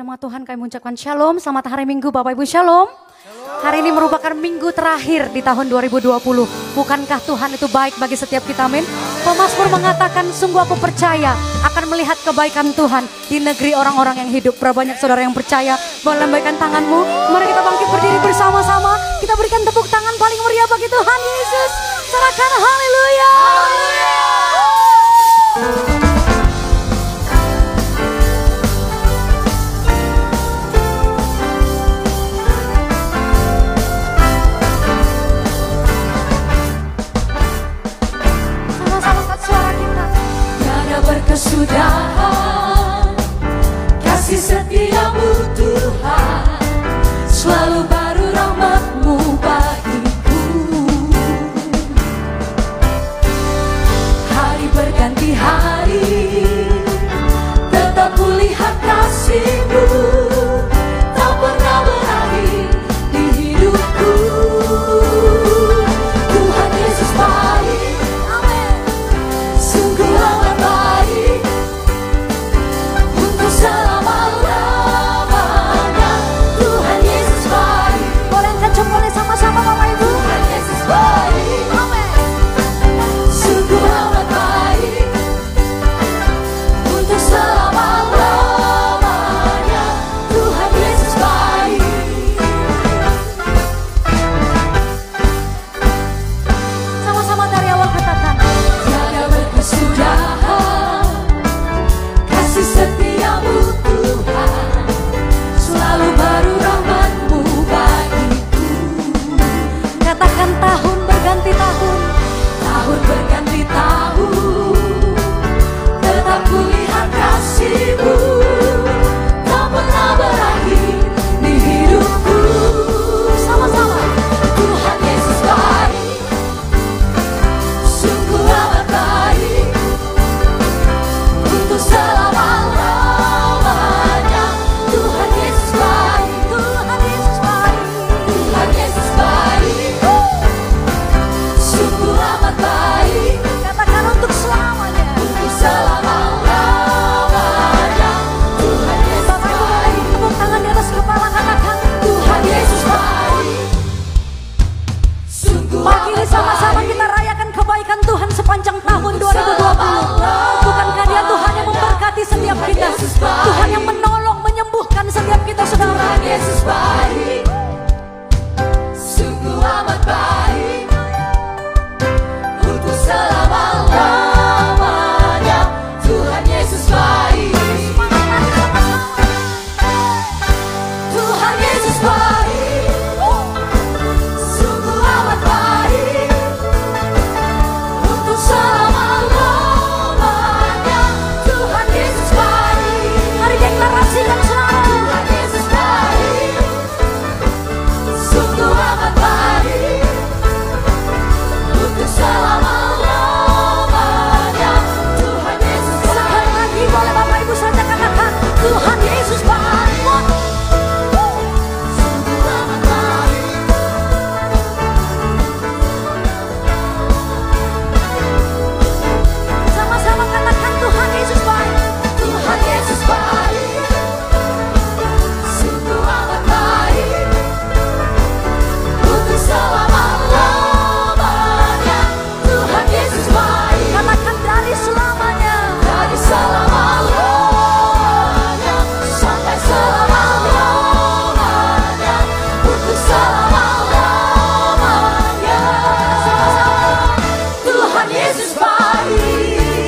nama Tuhan kami mengucapkan shalom, selamat hari Minggu Bapak Ibu shalom. Hari ini merupakan minggu terakhir di tahun 2020. Bukankah Tuhan itu baik bagi setiap kita, amin? Pemazmur mengatakan, sungguh aku percaya akan melihat kebaikan Tuhan di negeri orang-orang yang hidup. Berapa banyak saudara yang percaya? Boleh lambaikan tanganmu. Mari kita bangkit berdiri bersama-sama. Kita berikan tepuk tangan paling meriah bagi Tuhan Yesus. Serahkan haleluya. Kesudahan kasih setiamu Tuhan, selalu baru rahmat-Mu bagiku. Hari berganti hari, tetap kulihat kasih-Mu, tak pernah berakhir di hidupku. Tuhan Yesus baik, amin. Sungguh amat baik untuk selama-lamanya. Tuhan Yesus baik. Boleh angkat jempolnya sama-sama Bapak Ibu. Tuhan Yesus baik, amin. Sungguh amat baik untuk selama-lamanya. Tuhan Yesus baik. Sama-sama dari awal katakan, Tiada berkesudahan kasih setiamu Tuhan, selalu baru rahmat-Mu bagiku. katakan tahun berganti tahun. Tahun berganti tahun, tetap kulihat kasih-Mu, tak pernah berakhir di hidupku. Sama-sama. Tuhan Yesus baik, sungguh amat baik untuk selama-lamanya. Tuhan Yesus baik, Tuhan Yesus baik, Tuhan Yesus baik, sungguh amat baik Katakan untuk selamanya. untuk selama-lamanya. Tuhan Yesus baik, Tepuk tangan di atas kepala katakan, Tuhan Yesus baik, sungguh pagi ini amat sama-sama baik. kita rayakan kebaikan Tuhan sepanjang tahun 2020. Bukankah Dia Tuhan yang memberkati setiap kita? Tuhan yang menolong, menyembuhkan setiap kita, saudara. Tuhan Yesus baik, sungguh amat baik untuk selama-lamanya. Tuhan Yesus baik, Tuhan Yesus baik, sungguh amat baik untuk selama-lamanya. Tuhan Yesus baik. Mari deklarasikan selalu. Tuhan Yesus baik, sungguh amat baik untuk selama-lamanya. Tuhan Yesus Sekali baik, lagi boleh Bapak Ibu saja katakan, Tuhan Yesus baik. sungguh amat baik. Sama-sama katakan Tuhan Yesus baik. Tuhan Yesus baik, sungguh amat baik untuk selama-lamanya. Tuhan Yesus baik, Katakan dari selamanya. dari selama-lamanya sampai selama-lamanya, untuk selama-lamanya. Tuhan Yesus baik.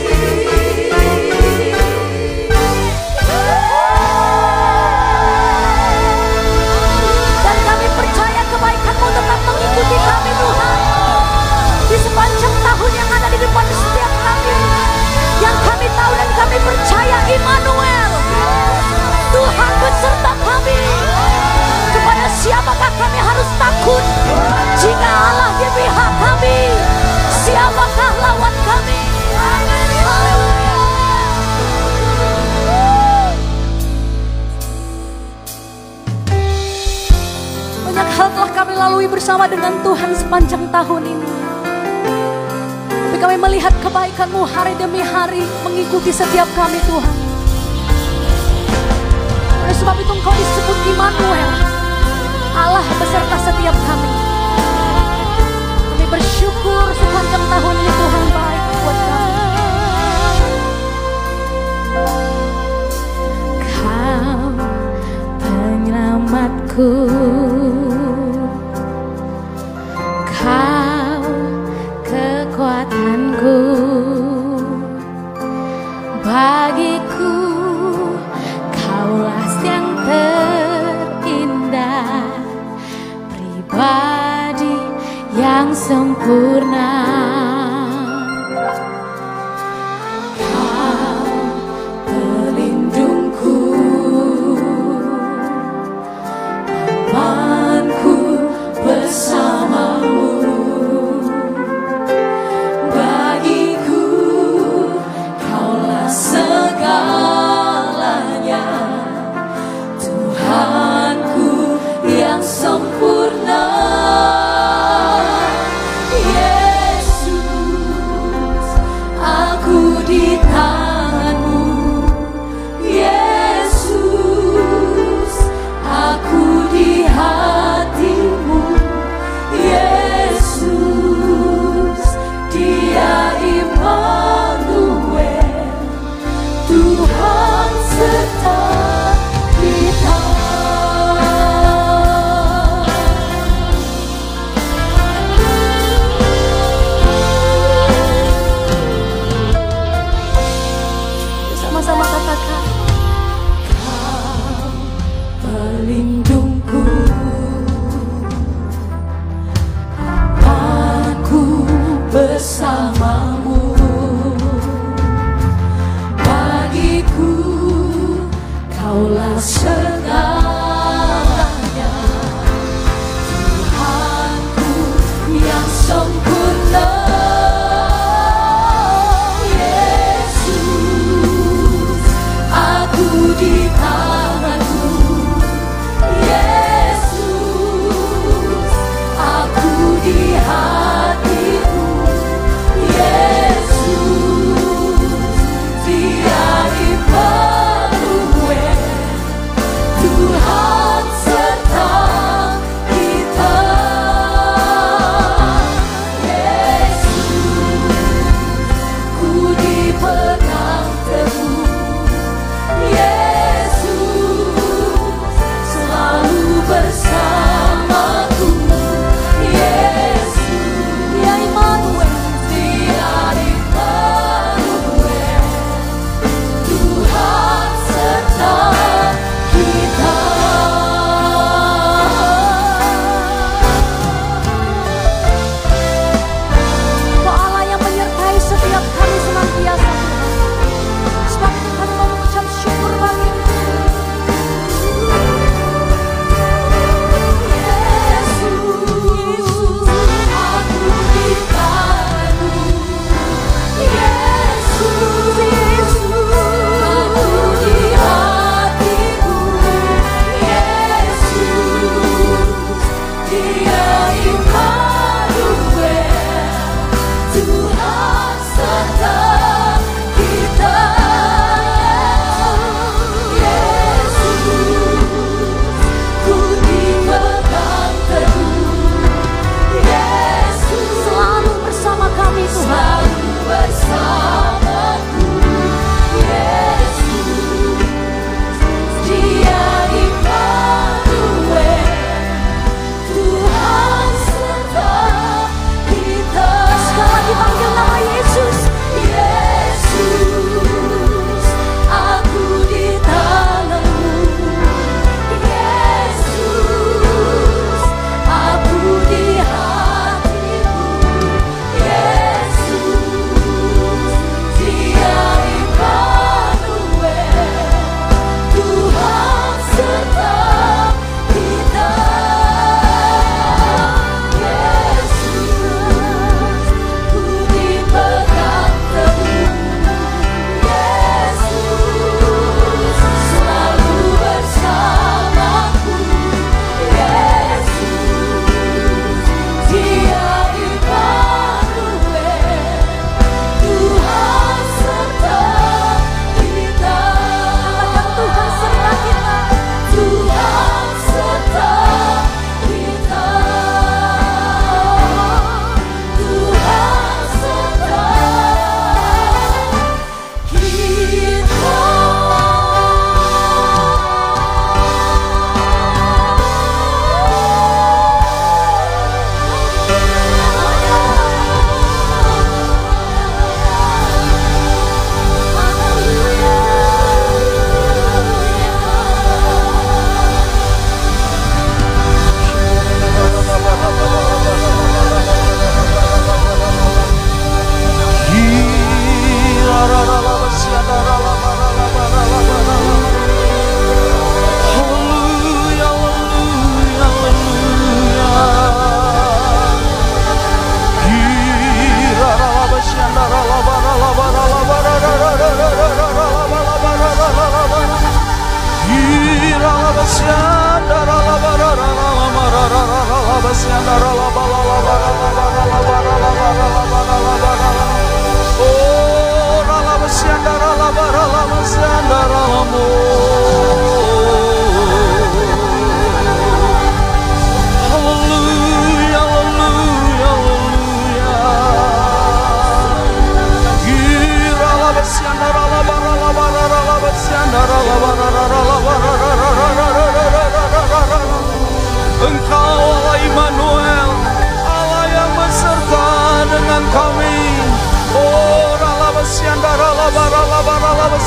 Dan kami percaya kebaikan-Mu tetap mengikuti kami Tuhan. Di sepanjang tahun yang ada di depan setiap kami. Yang kami tahu dan kami percaya Immanuel. Tuhan beserta kami. Kepada siapakah kami harus takut? Jika Allah di pihak kami, siapakah lawan kami? Banyak hal telah kami lalui bersama dengan Tuhan sepanjang tahun ini. Tapi kami melihat kebaikan-Mu hari demi hari mengikuti setiap kami Tuhan. sebab itu Engkau disebut Immanuel, Allah beserta setiap kami. Kami bersyukur sepanjang tahun ini Tuhan baik buat kami. Kau penyelamatku, Kau kekuatanku, bagiku Kaulah yang terindah, pribadi yang sempurna. Kau pelindungku, amanku bersamamu. Bagiku Kaulah segalanya, Tuhanku yang sempurna. Yesus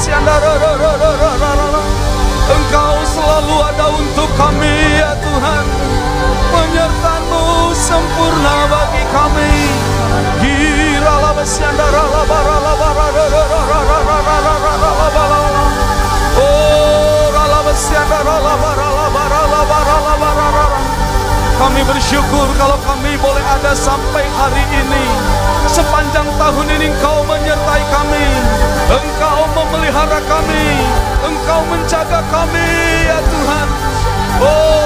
Engkau selalu ada untuk kami ya Tuhan. Penyertaan-Mu sempurna bagi kami. Kami bersyukur kalau kami boleh ada sampai hari ini. Sepanjang tahun ini Engkau menyertai kami, Engkau memelihara kami, Engkau menjaga kami ya Tuhan. Oh,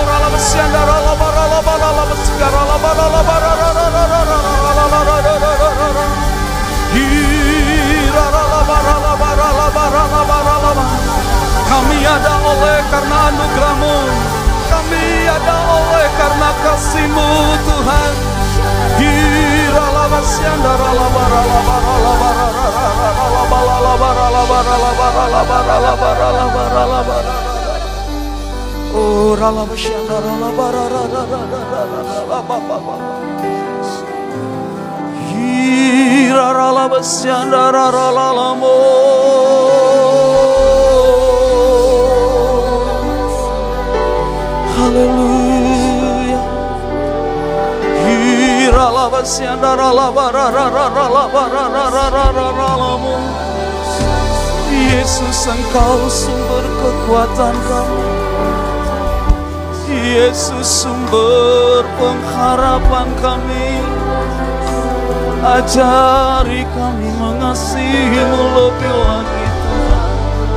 kami ada oleh karena anugerah-Mu, kami ada oleh karena kasih-Mu Tuhan. Oh, haleluya. Yesus, Engkau sumber kekuatan kami. Yesus, sumber pengharapan kami. Ajari kami mengasihi-Mu lebih lagi Tuhan.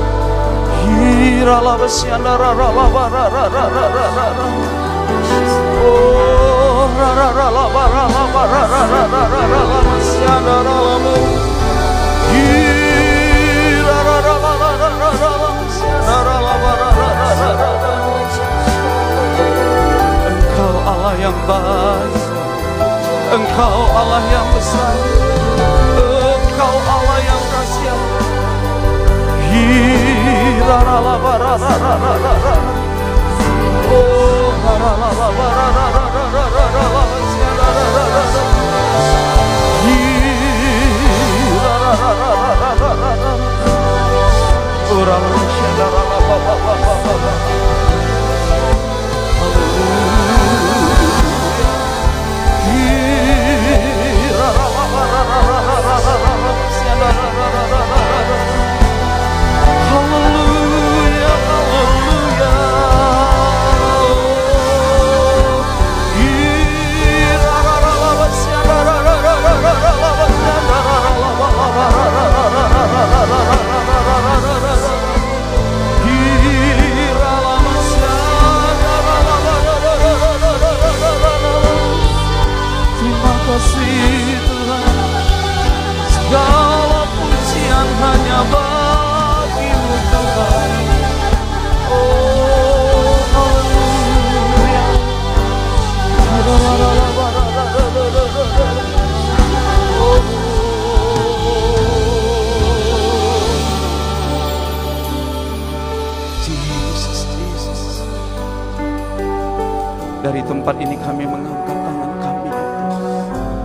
Engkau Allah yang baik, Engkau Allah yang besar, Engkau Allah yang kasih. Terima kasih Tuhan, segala pujian hanya bagi-Mu Tuhan. Oh, haleluya. Jesus, Jesus. Dari tempat ini kami mengangkat tangan kami ya Tuhan.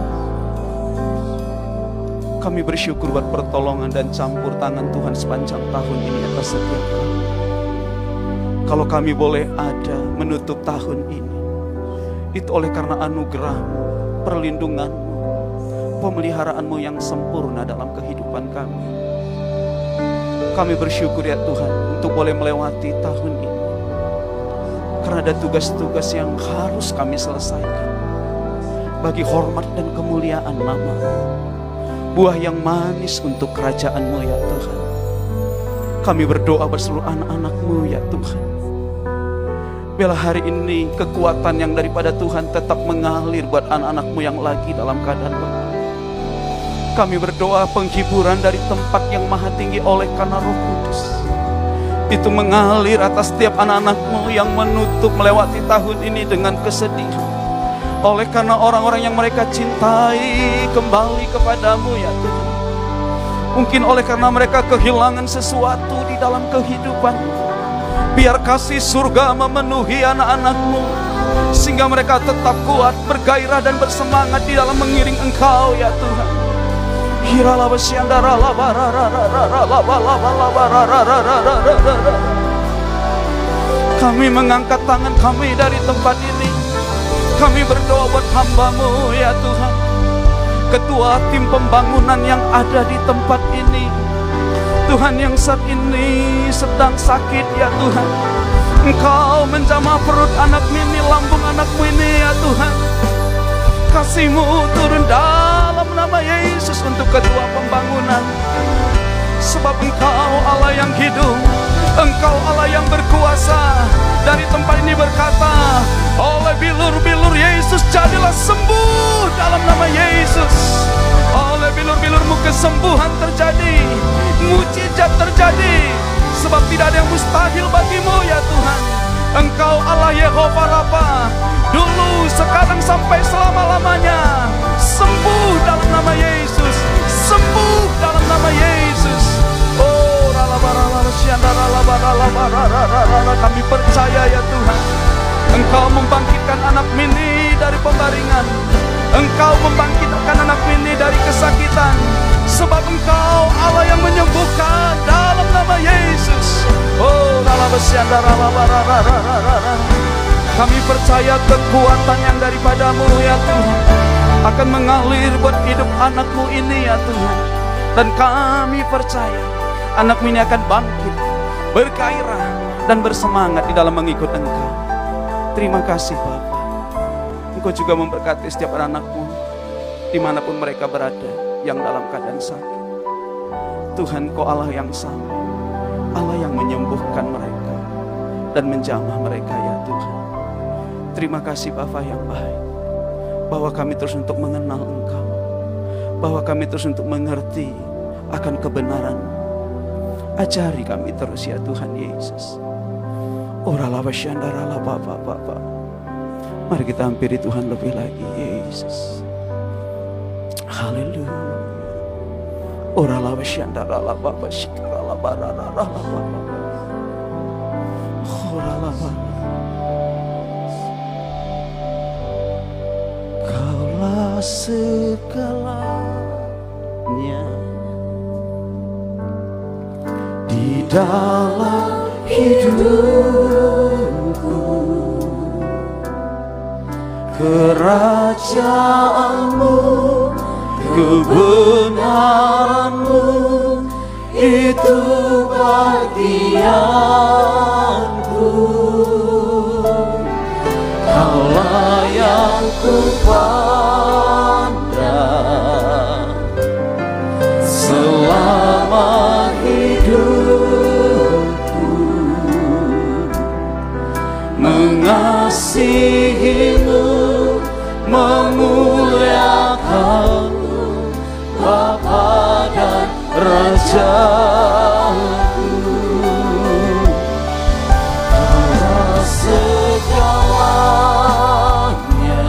Kami bersyukur buat pertolongan dan campur tangan Tuhan sepanjang tahun ini atas setiap kami. Kalau kami boleh ada menutup tahun ini, itu oleh karena anugerah-Mu, perlindungan-Mu, pemeliharaanmu yang sempurna dalam kehidupan kami. Kami bersyukur ya Tuhan untuk boleh melewati tahun ini. Karena ada tugas-tugas yang harus kami selesaikan bagi hormat dan kemuliaan nama-Mu, buah yang manis untuk kerajaan-Mu ya Tuhan. Kami berdoa berseluruh anak-anak-Mu ya Tuhan. Biarlah hari ini kekuatan yang daripada Tuhan tetap mengalir buat anak-anak-Mu yang lagi dalam keadaan lemah. Kami berdoa penghiburan dari tempat yang maha tinggi oleh karena Roh Kudus itu mengalir atas setiap anak-anak-Mu yang menutup melewati tahun ini dengan kesedihan. Oleh karena orang-orang yang mereka cintai kembali kepadamu ya Tuhan. Mungkin oleh karena mereka kehilangan sesuatu di dalam kehidupan. Biar kasih surga memenuhi anak-anak-Mu, sehingga mereka tetap kuat, bergairah dan bersemangat di dalam mengiring Engkau ya Tuhan. Kami mengangkat tangan kami dari tempat ini. Kami berdoa buat hamba-Mu ya Tuhan, ketua tim pembangunan yang ada di tempat ini, Tuhan, yang saat ini sedang sakit ya Tuhan. Engkau menjamah perut anak-Mu ini, lambung anak-Mu ini ya Tuhan. Kasih-Mu turun dalam nama Yesus untuk ketua pembangunan. Sebab Engkau Allah yang hidup, Engkau Allah yang berkuasa. Dari tempat ini berkata, oleh bilur-bilur Yesus jadilah sembuh dalam nama Yesus. Oleh bilur-bilur-Mu kesembuhan terjadi, mujizat terjadi. Sebab tidak ada yang mustahil bagi-Mu ya Tuhan. Engkau Allah Yehova Rafa, dulu, sekarang, sampai selama-lamanya. Sembuh dalam nama Yesus, sembuh dalam nama Yesus. Oh, kami percaya ya Tuhan, Engkau membangkitkan anak Mini dari pembaringan, Engkau membangkitkan anak Mini dari kesakitan. Sebab Engkau Allah yang menyembuhkan dalam nama Yesus. Oh, kami percaya kekuatan yang daripada-Mu ya Tuhan akan mengalir buat hidup anak-Mu ini ya Tuhan. Dan kami percaya anak-Mu ini akan bangkit, bergairah dan bersemangat di dalam mengikut Engkau. Terima kasih Bapa. Engkau juga memberkati setiap anak-Mu dimanapun mereka berada yang dalam keadaan sakit. Tuhan, Kau Allah yang sama, Allah yang menyembuhkan mereka dan menjamah mereka ya Tuhan. Terima kasih Bapa yang baik, bahwa kami terus untuk mengenal Engkau, bahwa kami terus untuk mengerti akan kebenaran. Ajari kami terus ya Tuhan Yesus. Bapa. Mari kita hampiri Tuhan lebih lagi Yesus. Haleluya. Bapa. Kaulah segalanya di dalam hidupku. Kerajaan-Mu, kebenaran-Mu, itu bagianku. Kaulah yang kupandang selama hidupku, mengasihi-Mu, memuliakan-Mu, Bapa dan Raja-Ku. Kaulah segalanya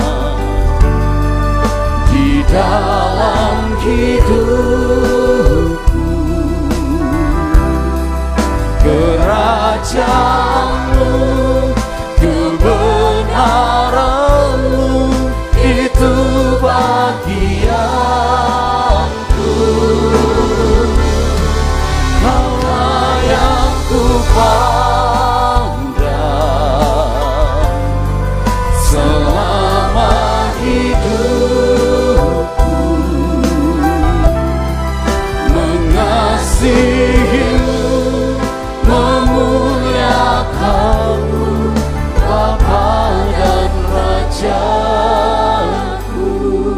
di dalam hidupku. Kerajaan-Mu, kebenaran-Mu, itu bagianku. Kaulah yang kupandang selama hidupku, mengasihi-Mu, memuliakan-Mu, Bapa dan Raja-Ku.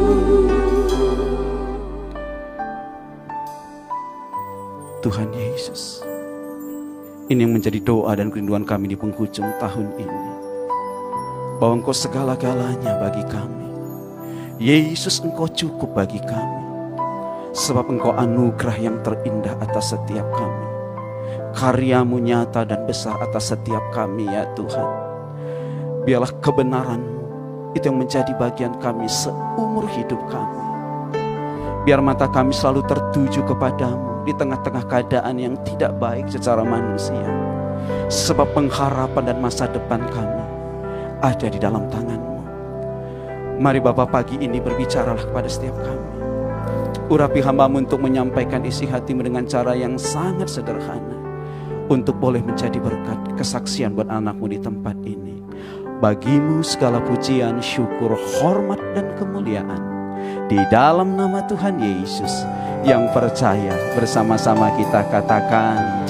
Tuhan Yesus, ini yang menjadi doa dan kerinduan kami di penghujung tahun ini, bahwa Engkau segala-galanya bagi kami. Yesus, Engkau cukup bagi kami, sebab Engkau anugerah yang terindah atas setiap kami. Karya-Mu nyata dan besar atas setiap kami ya Tuhan. Biarlah kebenaran-Mu itu yang menjadi bagian kami seumur hidup kami. Biar mata kami selalu tertuju kepadamu di tengah-tengah keadaan yang tidak baik secara manusia. Sebab pengharapan dan masa depan kami ada di dalam tangan-Mu. Mari Bapa, pagi ini berbicaralah kepada setiap kami. Urapi hamba-Mu untuk menyampaikan isi hati-Mu dengan cara yang sangat sederhana, untuk boleh menjadi berkat kesaksian buat anak-Mu di tempat ini. Bagi-Mu segala pujian, syukur, hormat, dan kemuliaan. Di dalam nama Tuhan Yesus yang percaya, bersama-sama kita katakan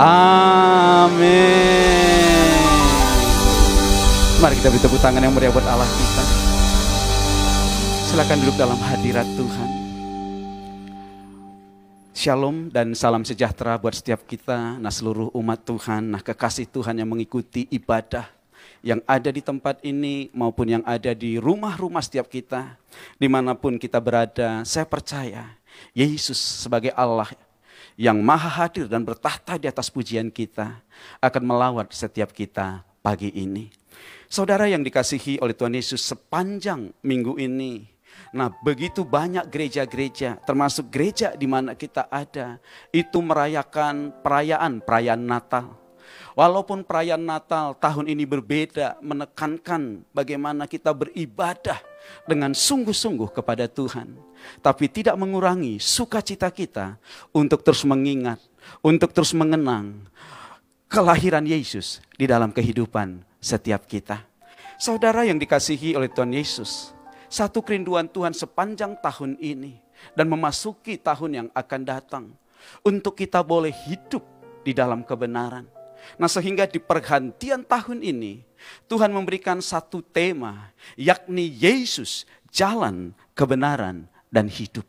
amin. Mari kita beri tepuk tangan yang meriah buat Allah kita. Silakan duduk dalam hadirat Tuhan. Shalom dan salam sejahtera buat setiap kita, seluruh umat Tuhan, kekasih Tuhan yang mengikuti ibadah yang ada di tempat ini maupun yang ada di rumah-rumah setiap kita, dimanapun kita berada. Saya percaya Yesus sebagai Allah yang maha hadir dan bertahta di atas pujian kita akan melawat setiap kita pagi ini. Saudara yang dikasihi oleh Tuhan Yesus, sepanjang minggu ini, begitu banyak gereja-gereja, termasuk gereja di mana kita ada, itu merayakan perayaan Natal. Walaupun perayaan Natal tahun ini berbeda, menekankan bagaimana kita beribadah dengan sungguh-sungguh kepada Tuhan, tapi tidak mengurangi sukacita kita untuk terus mengingat, untuk terus mengenang kelahiran Yesus di dalam kehidupan setiap kita. Saudara yang dikasihi oleh Tuhan Yesus, satu kerinduan Tuhan sepanjang tahun ini dan memasuki tahun yang akan datang, untuk kita boleh hidup di dalam kebenaran. Sehingga di pergantian tahun ini Tuhan memberikan satu tema, yakni Yesus, jalan, kebenaran, dan hidup.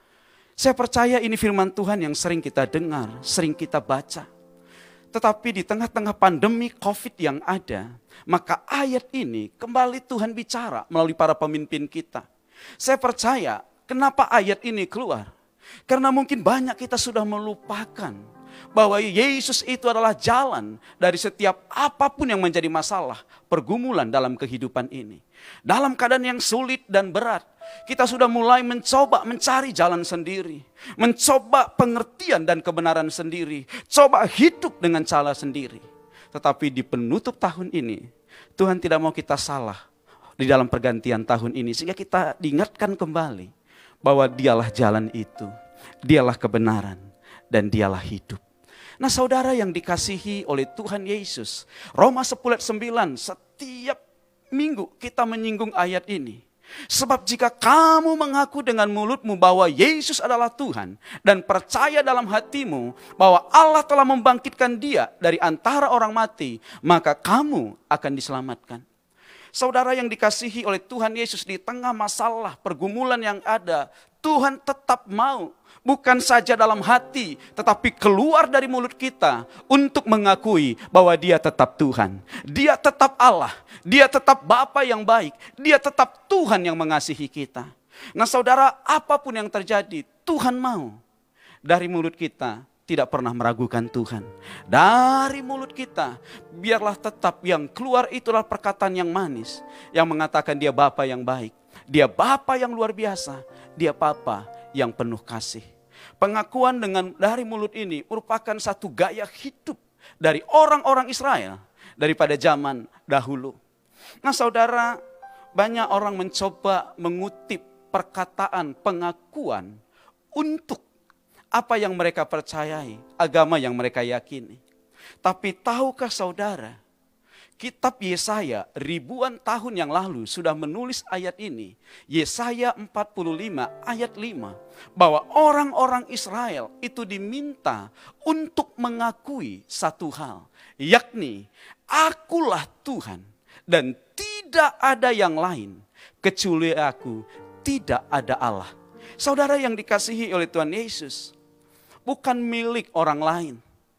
Saya percaya ini firman Tuhan yang sering kita dengar, sering kita baca. Tetapi di tengah-tengah pandemi COVID yang ada, maka ayat ini kembali Tuhan bicara melalui para pemimpin kita. Saya percaya kenapa ayat ini keluar? Karena mungkin banyak kita sudah melupakan bahwa Yesus itu adalah jalan dari setiap apapun yang menjadi masalah, pergumulan dalam kehidupan ini. Dalam keadaan yang sulit dan berat, kita sudah mulai mencoba mencari jalan sendiri, mencoba pengertian dan kebenaran sendiri, coba hidup dengan cara sendiri. Tetapi di penutup tahun ini, Tuhan tidak mau kita salah di dalam pergantian tahun ini, sehingga kita diingatkan kembali bahwa Dialah jalan itu, Dialah kebenaran, dan Dialah hidup. Saudara yang dikasihi oleh Tuhan Yesus, Roma 10:9, setiap minggu kita menyinggung ayat ini. Sebab jika kamu mengaku dengan mulutmu bahwa Yesus adalah Tuhan dan percaya dalam hatimu bahwa Allah telah membangkitkan Dia dari antara orang mati, maka kamu akan diselamatkan. Saudara yang dikasihi oleh Tuhan Yesus, di tengah masalah pergumulan yang ada, Tuhan tetap mau bukan saja dalam hati, tetapi keluar dari mulut kita untuk mengakui bahwa Dia tetap Tuhan. Dia tetap Allah, Dia tetap Bapa yang baik, Dia tetap Tuhan yang mengasihi kita. Saudara, apapun yang terjadi, Tuhan mau dari mulut kita tidak pernah meragukan Tuhan. Dari mulut kita, biarlah tetap yang keluar itulah perkataan yang manis, yang mengatakan Dia Bapa yang baik, Dia Bapa yang luar biasa, Dia Bapa yang penuh kasih. Pengakuan dari mulut ini merupakan satu gaya hidup dari orang-orang Israel daripada zaman dahulu. Saudara, banyak orang mencoba mengutip perkataan pengakuan untuk apa yang mereka percayai, agama yang mereka yakini. Tapi tahukah saudara, kitab Yesaya ribuan tahun yang lalu sudah menulis ayat ini. Yesaya 45 ayat 5. Bahwa orang-orang Israel itu diminta untuk mengakui satu hal. Yakni, akulah Tuhan dan tidak ada yang lain. Kecuali aku, tidak ada Allah. Saudara yang dikasihi oleh Tuhan Yesus, bukan milik orang lain.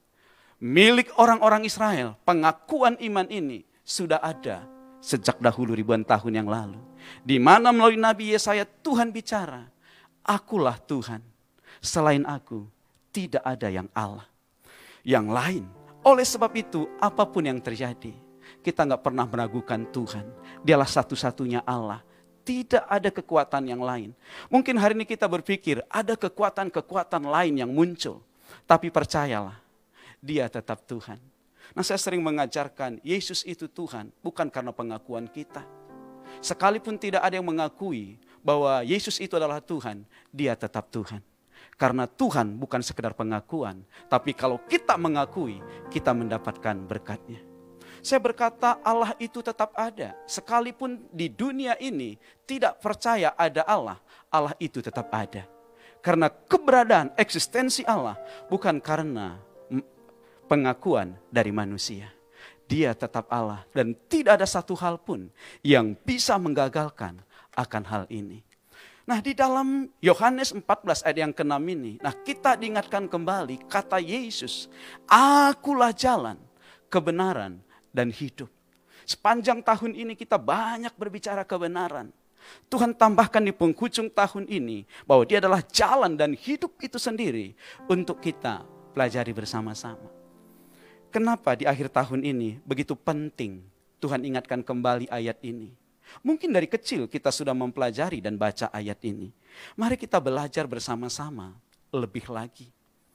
Milik orang-orang Israel, pengakuan iman ini sudah ada sejak dahulu ribuan tahun yang lalu. Di mana melalui Nabi Yesaya Tuhan bicara, akulah Tuhan, selain aku tidak ada yang Allah, yang lain. Oleh sebab itu apapun yang terjadi, kita gak pernah meragukan Tuhan. Dialah satu-satunya Allah. Tidak ada kekuatan yang lain. Mungkin hari ini kita berpikir ada kekuatan-kekuatan lain yang muncul. Tapi percayalah, Dia tetap Tuhan. Saya sering mengajarkan Yesus itu Tuhan bukan karena pengakuan kita. Sekalipun tidak ada yang mengakui bahwa Yesus itu adalah Tuhan, dia tetap Tuhan. Karena Tuhan bukan sekedar pengakuan, tapi kalau kita mengakui, kita mendapatkan berkatnya. Saya berkata Allah itu tetap ada. Sekalipun di dunia ini tidak percaya ada Allah, Allah itu tetap ada. Karena keberadaan eksistensi Allah bukan karena pengakuan dari manusia. Dia tetap Allah dan tidak ada satu hal pun yang bisa menggagalkan akan hal ini. Nah, di dalam Yohanes 14 ayat yang ke-6 ini, nah kita diingatkan kembali kata Yesus, akulah jalan, kebenaran, dan hidup. Sepanjang tahun ini kita banyak berbicara kebenaran. Tuhan tambahkan di penghujung tahun ini bahwa dia adalah jalan dan hidup itu sendiri untuk kita pelajari bersama-sama. Kenapa di akhir tahun ini begitu penting Tuhan ingatkan kembali ayat ini? Mungkin dari kecil kita sudah mempelajari dan baca ayat ini. Mari kita belajar bersama-sama lebih lagi.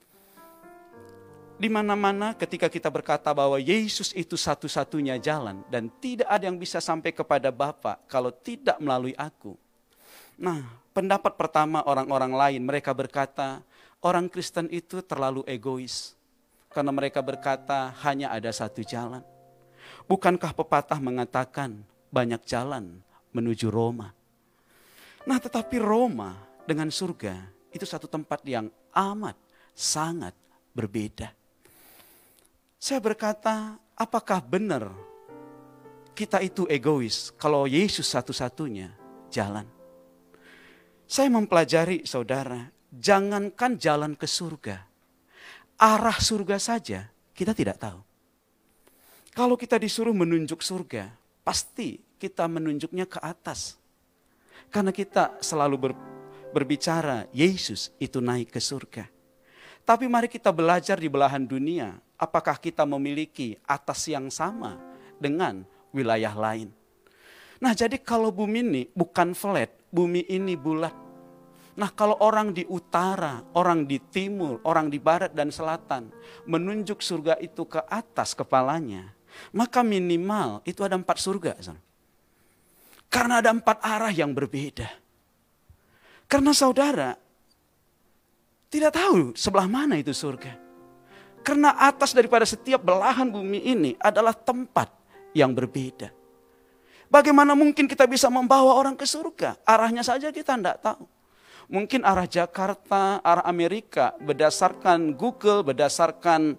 Di mana-mana ketika kita berkata bahwa Yesus itu satu-satunya jalan dan tidak ada yang bisa sampai kepada Bapa kalau tidak melalui aku. Nah, pendapat pertama orang-orang lain, mereka berkata orang Kristen itu terlalu egois. Karena mereka berkata hanya ada satu jalan. Bukankah pepatah mengatakan banyak jalan menuju Roma? Nah, tetapi Roma dengan surga itu satu tempat yang amat sangat berbeda. Saya berkata, apakah benar kita itu egois kalau Yesus satu-satunya jalan? Saya mempelajari saudara, jangankan jalan ke surga, arah surga saja kita tidak tahu. Kalau kita disuruh menunjuk surga, pasti kita menunjuknya ke atas. Karena kita selalu berbicara, Yesus itu naik ke surga. Tapi mari kita belajar di belahan dunia, apakah kita memiliki atas yang sama dengan wilayah lain. Nah, jadi kalau bumi ini bukan flat, bumi ini bulat. Nah, kalau orang di utara, orang di timur, orang di barat dan selatan menunjuk surga itu ke atas kepalanya, maka minimal itu ada 4 surga. Karena ada 4 arah yang berbeda. Karena saudara tidak tahu sebelah mana itu surga. Karena atas daripada setiap belahan bumi ini adalah tempat yang berbeda. Bagaimana mungkin kita bisa membawa orang ke surga? Arahnya saja kita tidak tahu. Mungkin arah Jakarta, arah Amerika, berdasarkan Google, berdasarkan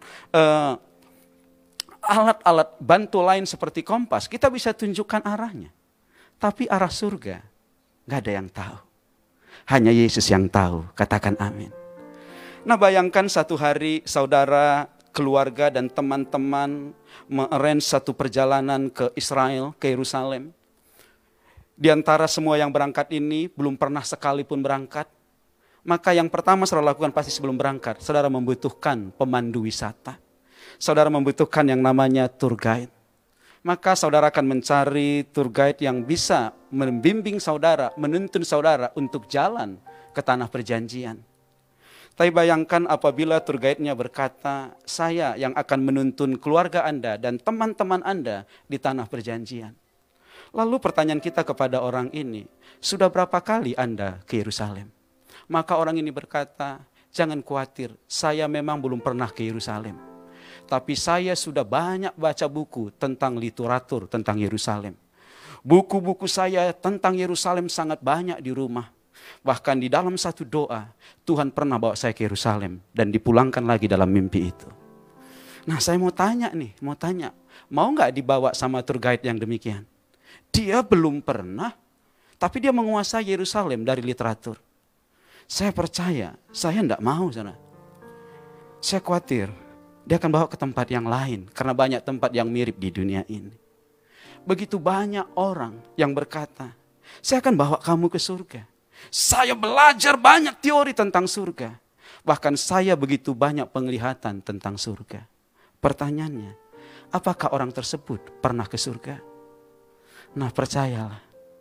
alat-alat bantu lain seperti kompas, kita bisa tunjukkan arahnya. Tapi arah surga, gak ada yang tahu. Hanya Yesus yang tahu, katakan amin. Nah, bayangkan satu hari saudara, keluarga dan teman-teman me-arrange satu perjalanan ke Israel, ke Yerusalem. Di antara semua yang berangkat ini belum pernah sekalipun berangkat. Maka yang pertama saudara lakukan pasti sebelum berangkat, saudara membutuhkan pemandu wisata. Saudara membutuhkan yang namanya tour guide. Maka saudara akan mencari tour guide yang bisa membimbing saudara, menuntun saudara untuk jalan ke tanah perjanjian. Tapi bayangkan apabila tour guide-nya berkata, saya yang akan menuntun keluarga Anda dan teman-teman Anda di tanah perjanjian. Lalu pertanyaan kita kepada orang ini, sudah berapa kali Anda ke Yerusalem? Maka orang ini berkata, jangan khawatir, saya memang belum pernah ke Yerusalem. Tapi saya sudah banyak baca buku tentang literatur tentang Yerusalem. Buku-buku saya tentang Yerusalem sangat banyak di rumah. Bahkan di dalam satu doa, Tuhan pernah bawa saya ke Yerusalem dan dipulangkan lagi dalam mimpi itu. Nah, saya mau tanya, mau gak dibawa sama tour guide yang demikian? Dia belum pernah, tapi dia menguasai Yerusalem dari literatur. Saya percaya, saya tidak mau sana. Saya khawatir, dia akan bawa ke tempat yang lain, karena banyak tempat yang mirip di dunia ini. Begitu banyak orang yang berkata, saya akan bawa kamu ke surga. Saya belajar banyak teori tentang surga. Bahkan saya begitu banyak penglihatan tentang surga. Pertanyaannya, apakah orang tersebut pernah ke surga? Nah, percayalah.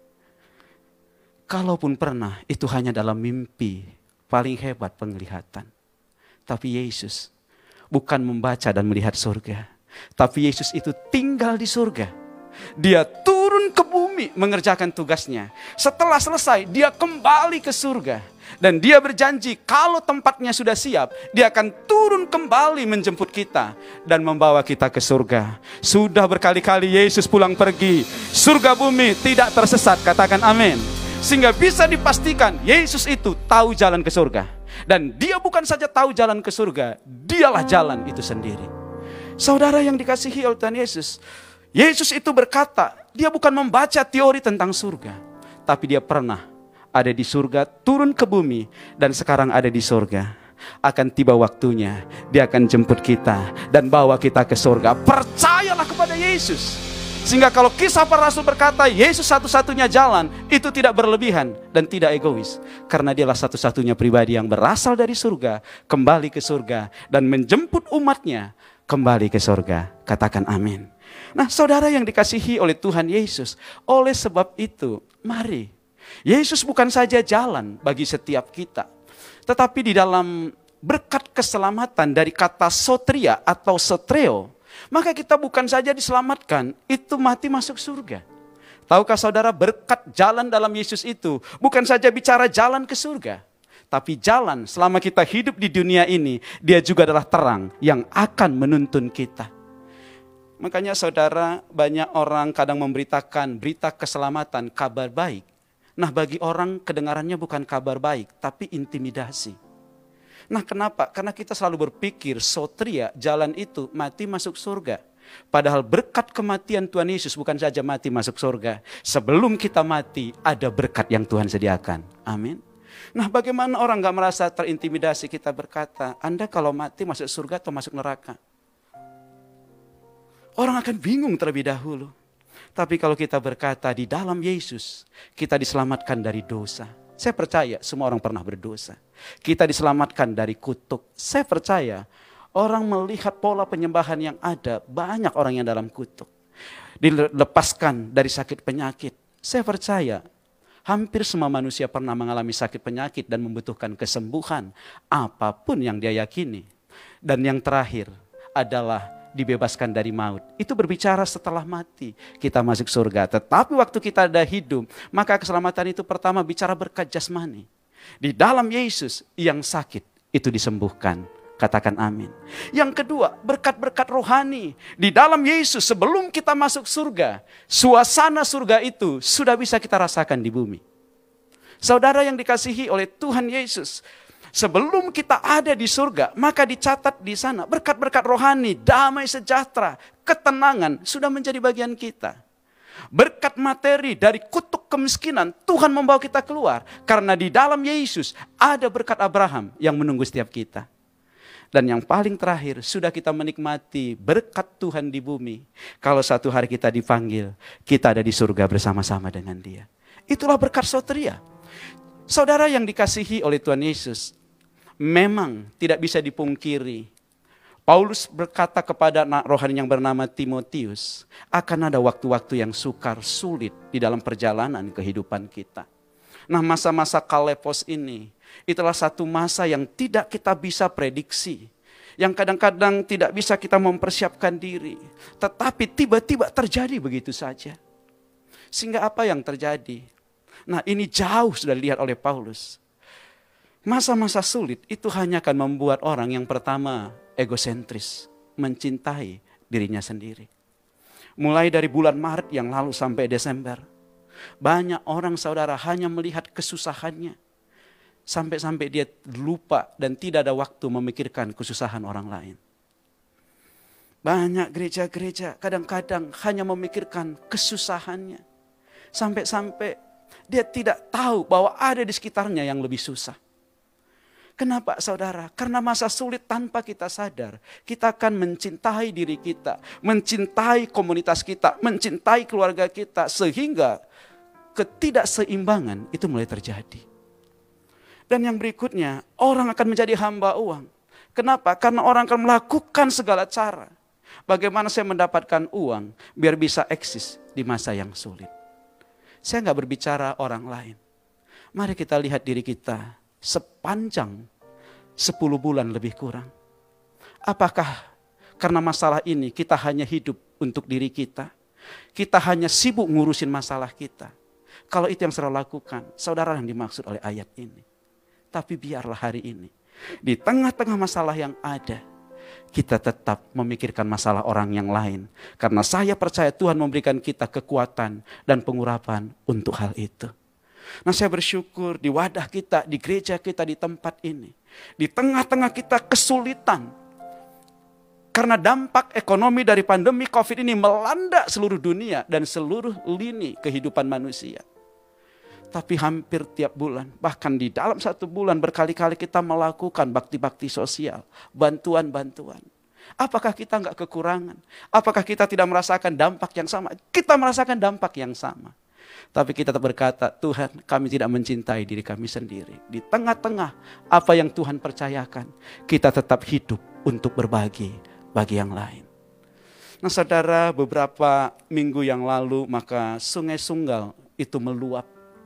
Kalaupun pernah, itu hanya dalam mimpi paling hebat penglihatan. Tapi Yesus bukan membaca dan melihat surga. Tapi Yesus itu tinggal di surga. dia turun ke bumi mengerjakan tugasnya. Setelah selesai, dia kembali ke surga. Dan dia berjanji kalau tempatnya sudah siap, dia akan turun kembali menjemput kita dan membawa kita ke surga. Sudah berkali-kali Yesus pulang pergi, surga bumi tidak tersesat, katakan amin. Sehingga bisa dipastikan Yesus itu tahu jalan ke surga. Dan dia bukan saja tahu jalan ke surga, dialah jalan itu sendiri. Saudara yang dikasihi oleh Tuhan Yesus, Yesus itu berkata, dia bukan membaca teori tentang surga, tapi dia pernah ada di surga, turun ke bumi, dan sekarang ada di surga. Akan tiba waktunya, dia akan jemput kita dan bawa kita ke surga. Percayalah kepada Yesus. Sehingga kalau Kisah Para Rasul berkata Yesus satu-satunya jalan, itu tidak berlebihan dan tidak egois. Karena dialah satu-satunya pribadi yang berasal dari surga, kembali ke surga, dan menjemput umatnya kembali ke surga. Katakan amin. Nah, saudara yang dikasihi oleh Tuhan Yesus, oleh sebab itu, mari. Yesus bukan saja jalan bagi setiap kita, tetapi di dalam berkat keselamatan dari kata sotria atau sotreo, maka kita bukan saja diselamatkan, itu mati masuk surga. Tahukah saudara, berkat jalan dalam Yesus itu bukan saja bicara jalan ke surga, tapi jalan selama kita hidup di dunia ini, dia juga adalah terang yang akan menuntun kita. Makanya saudara, banyak orang kadang memberitakan berita keselamatan, kabar baik. Nah, bagi orang kedengarannya bukan kabar baik, tapi intimidasi. Nah, kenapa? Karena kita selalu berpikir sotria, jalan itu mati masuk surga. Padahal berkat kematian Tuhan Yesus bukan saja mati masuk surga. Sebelum kita mati, ada berkat yang Tuhan sediakan. Amin. Nah, bagaimana orang gak merasa terintimidasi kita berkata, Anda kalau mati masuk surga atau masuk neraka? Orang akan bingung terlebih dahulu. Tapi kalau kita berkata di dalam Yesus, kita diselamatkan dari dosa. Saya percaya semua orang pernah berdosa. Kita diselamatkan dari kutuk. Saya percaya orang melihat pola penyembahan yang ada, banyak orang yang dalam kutuk. Dilepaskan dari sakit penyakit. Saya percaya hampir semua manusia pernah mengalami sakit penyakit dan membutuhkan kesembuhan. Apapun yang dia yakini. Dan yang terakhir adalah dibebaskan dari maut. Itu berbicara setelah mati kita masuk surga. Tetapi waktu kita ada hidup, maka keselamatan itu pertama bicara berkat jasmani. Di dalam Yesus yang sakit itu disembuhkan. Katakan amin. Yang kedua, berkat-berkat rohani. Di dalam Yesus sebelum kita masuk surga, suasana surga itu sudah bisa kita rasakan di bumi. Saudara yang dikasihi oleh Tuhan Yesus, sebelum kita ada di surga, maka dicatat di sana berkat-berkat rohani, damai sejahtera, ketenangan sudah menjadi bagian kita. Berkat materi dari kutuk kemiskinan, Tuhan membawa kita keluar. Karena di dalam Yesus ada berkat Abraham yang menunggu setiap kita. Dan yang paling terakhir, sudah kita menikmati berkat Tuhan di bumi. Kalau satu hari kita dipanggil, kita ada di surga bersama-sama dengan Dia. Itulah berkat soteria. Saudara yang dikasihi oleh Tuhan Yesus, memang tidak bisa dipungkiri. Paulus berkata kepada anak rohani yang bernama Timotius, akan ada waktu-waktu yang sukar, sulit di dalam perjalanan kehidupan kita. Nah, masa-masa kalepos ini, itulah satu masa yang tidak kita bisa prediksi. Yang kadang-kadang tidak bisa kita mempersiapkan diri. Tetapi tiba-tiba terjadi begitu saja. Sehingga apa yang terjadi? Nah, ini jauh sudah dilihat oleh Paulus. Masa-masa sulit itu hanya akan membuat orang yang pertama egosentris, mencintai dirinya sendiri. Mulai dari bulan Maret yang lalu sampai Desember, banyak orang saudara hanya melihat kesusahannya. Sampai-sampai dia lupa dan tidak ada waktu memikirkan kesusahan orang lain. Banyak gereja-gereja kadang-kadang hanya memikirkan kesusahannya. Sampai-sampai dia tidak tahu bahwa ada di sekitarnya yang lebih susah. Kenapa saudara? Karena masa sulit tanpa kita sadar, kita akan mencintai diri kita, mencintai komunitas kita, mencintai keluarga kita, sehingga ketidakseimbangan itu mulai terjadi. Dan yang berikutnya, orang akan menjadi hamba uang. Kenapa? Karena orang akan melakukan segala cara. Bagaimana saya mendapatkan uang biar bisa eksis di masa yang sulit. Saya nggak berbicara orang lain. Mari kita lihat diri kita sepanjang 10 bulan lebih kurang. Apakah karena masalah ini kita hanya hidup untuk diri kita? Kita hanya sibuk ngurusin masalah kita. Kalau itu yang saudara lakukan, saudara yang dimaksud oleh ayat ini. Tapi biarlah hari ini, di tengah-tengah masalah yang ada, kita tetap memikirkan masalah orang yang lain. Karena saya percaya Tuhan memberikan kita kekuatan dan pengurapan untuk hal itu. Nah, saya bersyukur di wadah kita, di gereja kita, di tempat ini. Di tengah-tengah kita kesulitan. Karena dampak ekonomi dari pandemi COVID ini melanda seluruh dunia dan seluruh lini kehidupan manusia. Tapi hampir tiap bulan, bahkan di dalam 1 bulan berkali-kali kita melakukan bakti-bakti sosial, bantuan-bantuan. Apakah kita enggak kekurangan? Apakah kita tidak merasakan dampak yang sama? Kita merasakan dampak yang sama. Tapi kita tetap berkata, Tuhan, kami tidak mencintai diri kami sendiri. Di tengah-tengah apa yang Tuhan percayakan, kita tetap hidup untuk berbagi bagi yang lain. Nah, saudara, beberapa minggu yang lalu maka Sungai Sunggal itu meluap.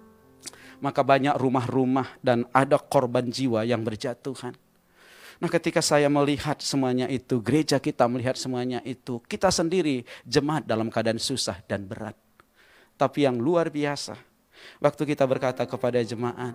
Maka banyak rumah-rumah dan ada korban jiwa yang berjatuhan. Nah, ketika saya melihat semuanya itu, gereja kita melihat semuanya itu, kita sendiri jemaat dalam keadaan susah dan berat. Tapi yang luar biasa, waktu kita berkata kepada jemaat,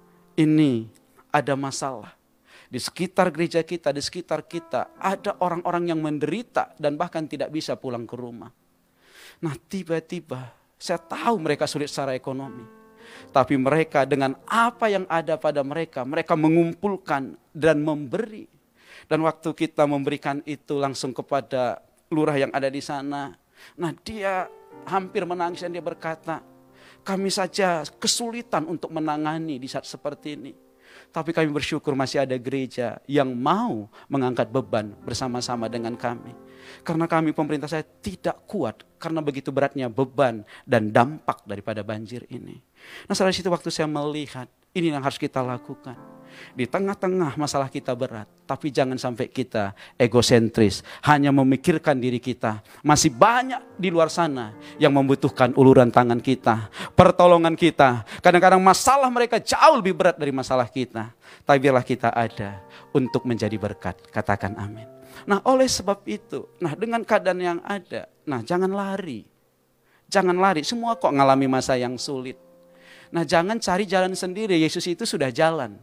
ini ada masalah. Di sekitar gereja kita, di sekitar kita, ada orang-orang yang menderita dan bahkan tidak bisa pulang ke rumah. Nah, tiba-tiba saya tahu mereka sulit secara ekonomi. Tapi mereka dengan apa yang ada pada mereka, mereka mengumpulkan dan memberi. Dan waktu kita memberikan itu langsung kepada lurah yang ada di sana. Nah, dia hampir menangis dan dia berkata, kami saja kesulitan untuk menangani di saat seperti ini. Tapi kami bersyukur masih ada gereja yang mau mengangkat beban bersama-sama dengan kami. Karena kami pemerintah saya tidak kuat karena begitu beratnya beban dan dampak daripada banjir ini. Nah, saudara, situ waktu saya melihat ini yang harus kita lakukan. Di tengah-tengah masalah kita berat, tapi jangan sampai kita egosentris, hanya memikirkan diri kita. Masih banyak di luar sana yang membutuhkan uluran tangan kita, pertolongan kita. Kadang-kadang masalah mereka jauh lebih berat dari masalah kita. Tapi biarlah kita ada untuk menjadi berkat. Katakan amin. Nah, oleh sebab itu, nah dengan keadaan yang ada, nah jangan lari. Jangan lari, semua kok ngalami masa yang sulit. Nah, jangan cari jalan sendiri, Yesus itu sudah jalan.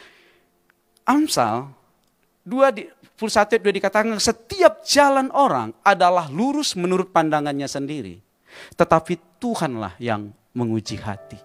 Amsal 2:1-2 dikatakan setiap jalan orang adalah lurus menurut pandangannya sendiri. Tetapi Tuhanlah yang menguji hati.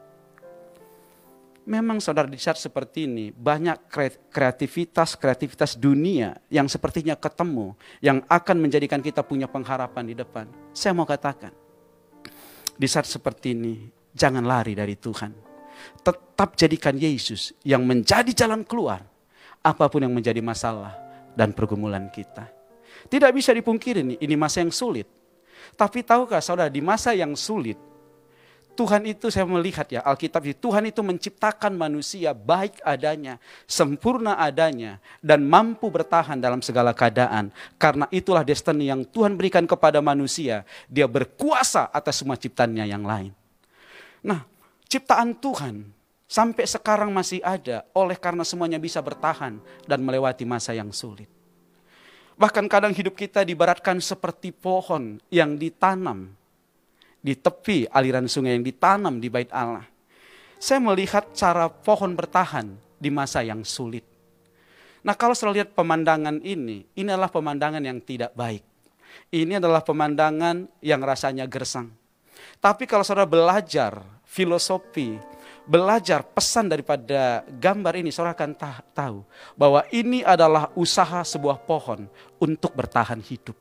Memang saudara, di saat seperti ini banyak kreativitas dunia yang sepertinya ketemu. Yang akan menjadikan kita punya pengharapan di depan. Saya mau katakan, di saat seperti ini jangan lari dari Tuhan. Tetap jadikan Yesus yang menjadi jalan keluar. Apapun yang menjadi masalah dan pergumulan kita. Tidak bisa dipungkiri ini masa yang sulit. Tapi tahukah saudara, di masa yang sulit, Tuhan itu, saya melihat ya Alkitab, Tuhan itu menciptakan manusia baik adanya, sempurna adanya, dan mampu bertahan dalam segala keadaan. Karena itulah destiny yang Tuhan berikan kepada manusia. Dia berkuasa atas semua ciptaannya yang lain. Nah, ciptaan Tuhan sampai sekarang masih ada oleh karena semuanya bisa bertahan dan melewati masa yang sulit. Bahkan kadang hidup kita dibaratkan seperti pohon yang ditanam di tepi aliran sungai, yang ditanam di bait Allah. Saya melihat cara pohon bertahan di masa yang sulit. Nah, kalau saya lihat pemandangan ini adalah pemandangan yang tidak baik. Ini adalah pemandangan yang rasanya gersang. Tapi kalau saudara belajar filosofi, belajar pesan daripada gambar ini, saudara akan tahu bahwa ini adalah usaha sebuah pohon untuk bertahan hidup.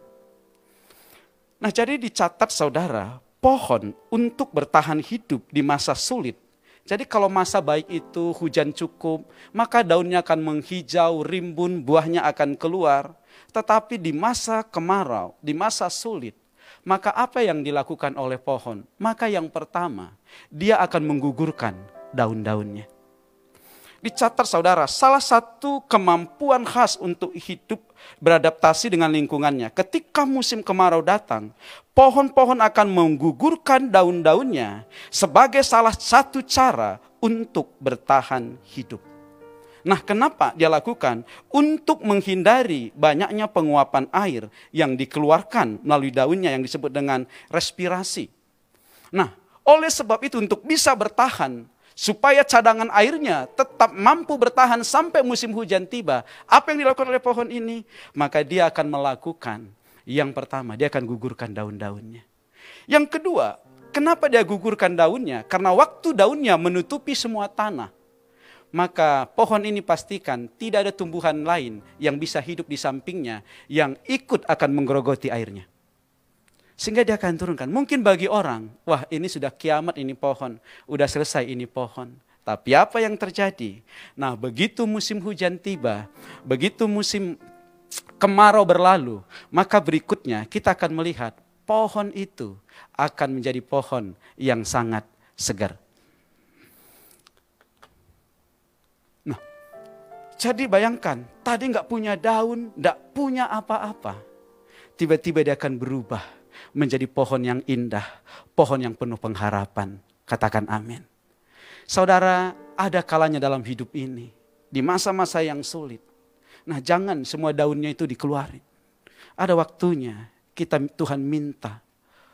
Nah, jadi dicatat saudara, pohon untuk bertahan hidup di masa sulit. Jadi kalau masa baik itu hujan cukup, maka daunnya akan menghijau, rimbun, buahnya akan keluar. Tetapi di masa kemarau, di masa sulit, maka apa yang dilakukan oleh pohon? Maka yang pertama, dia akan menggugurkan daun-daunnya. Dicatat saudara, salah satu kemampuan khas untuk hidup beradaptasi dengan lingkungannya. Ketika musim kemarau datang, pohon-pohon akan menggugurkan daun-daunnya sebagai salah satu cara untuk bertahan hidup. Nah, kenapa dia lakukan? Untuk menghindari banyaknya penguapan air yang dikeluarkan melalui daunnya yang disebut dengan respirasi. Nah, oleh sebab itu untuk bisa bertahan, supaya cadangan airnya tetap mampu bertahan sampai musim hujan tiba. Apa yang dilakukan oleh pohon ini? Maka dia akan melakukan, yang pertama, dia akan gugurkan daun-daunnya. Yang kedua, kenapa dia gugurkan daunnya? Karena waktu daunnya menutupi semua tanah, maka pohon ini pastikan tidak ada tumbuhan lain yang bisa hidup di sampingnya yang ikut akan menggerogoti airnya. Sehingga dia akan turunkan. Mungkin bagi orang, wah ini sudah kiamat ini pohon, udah selesai ini pohon. Tapi apa yang terjadi? Nah, begitu musim hujan tiba, begitu musim kemarau berlalu, maka berikutnya kita akan melihat pohon itu akan menjadi pohon yang sangat segar. Jadi bayangkan, tadi nggak punya daun, nggak punya apa-apa. Tiba-tiba dia akan berubah menjadi pohon yang indah, pohon yang penuh pengharapan. Katakan amin. Saudara, ada kalanya dalam hidup ini, di masa-masa yang sulit. Nah, jangan semua daunnya itu dikeluarin. Ada waktunya kita Tuhan minta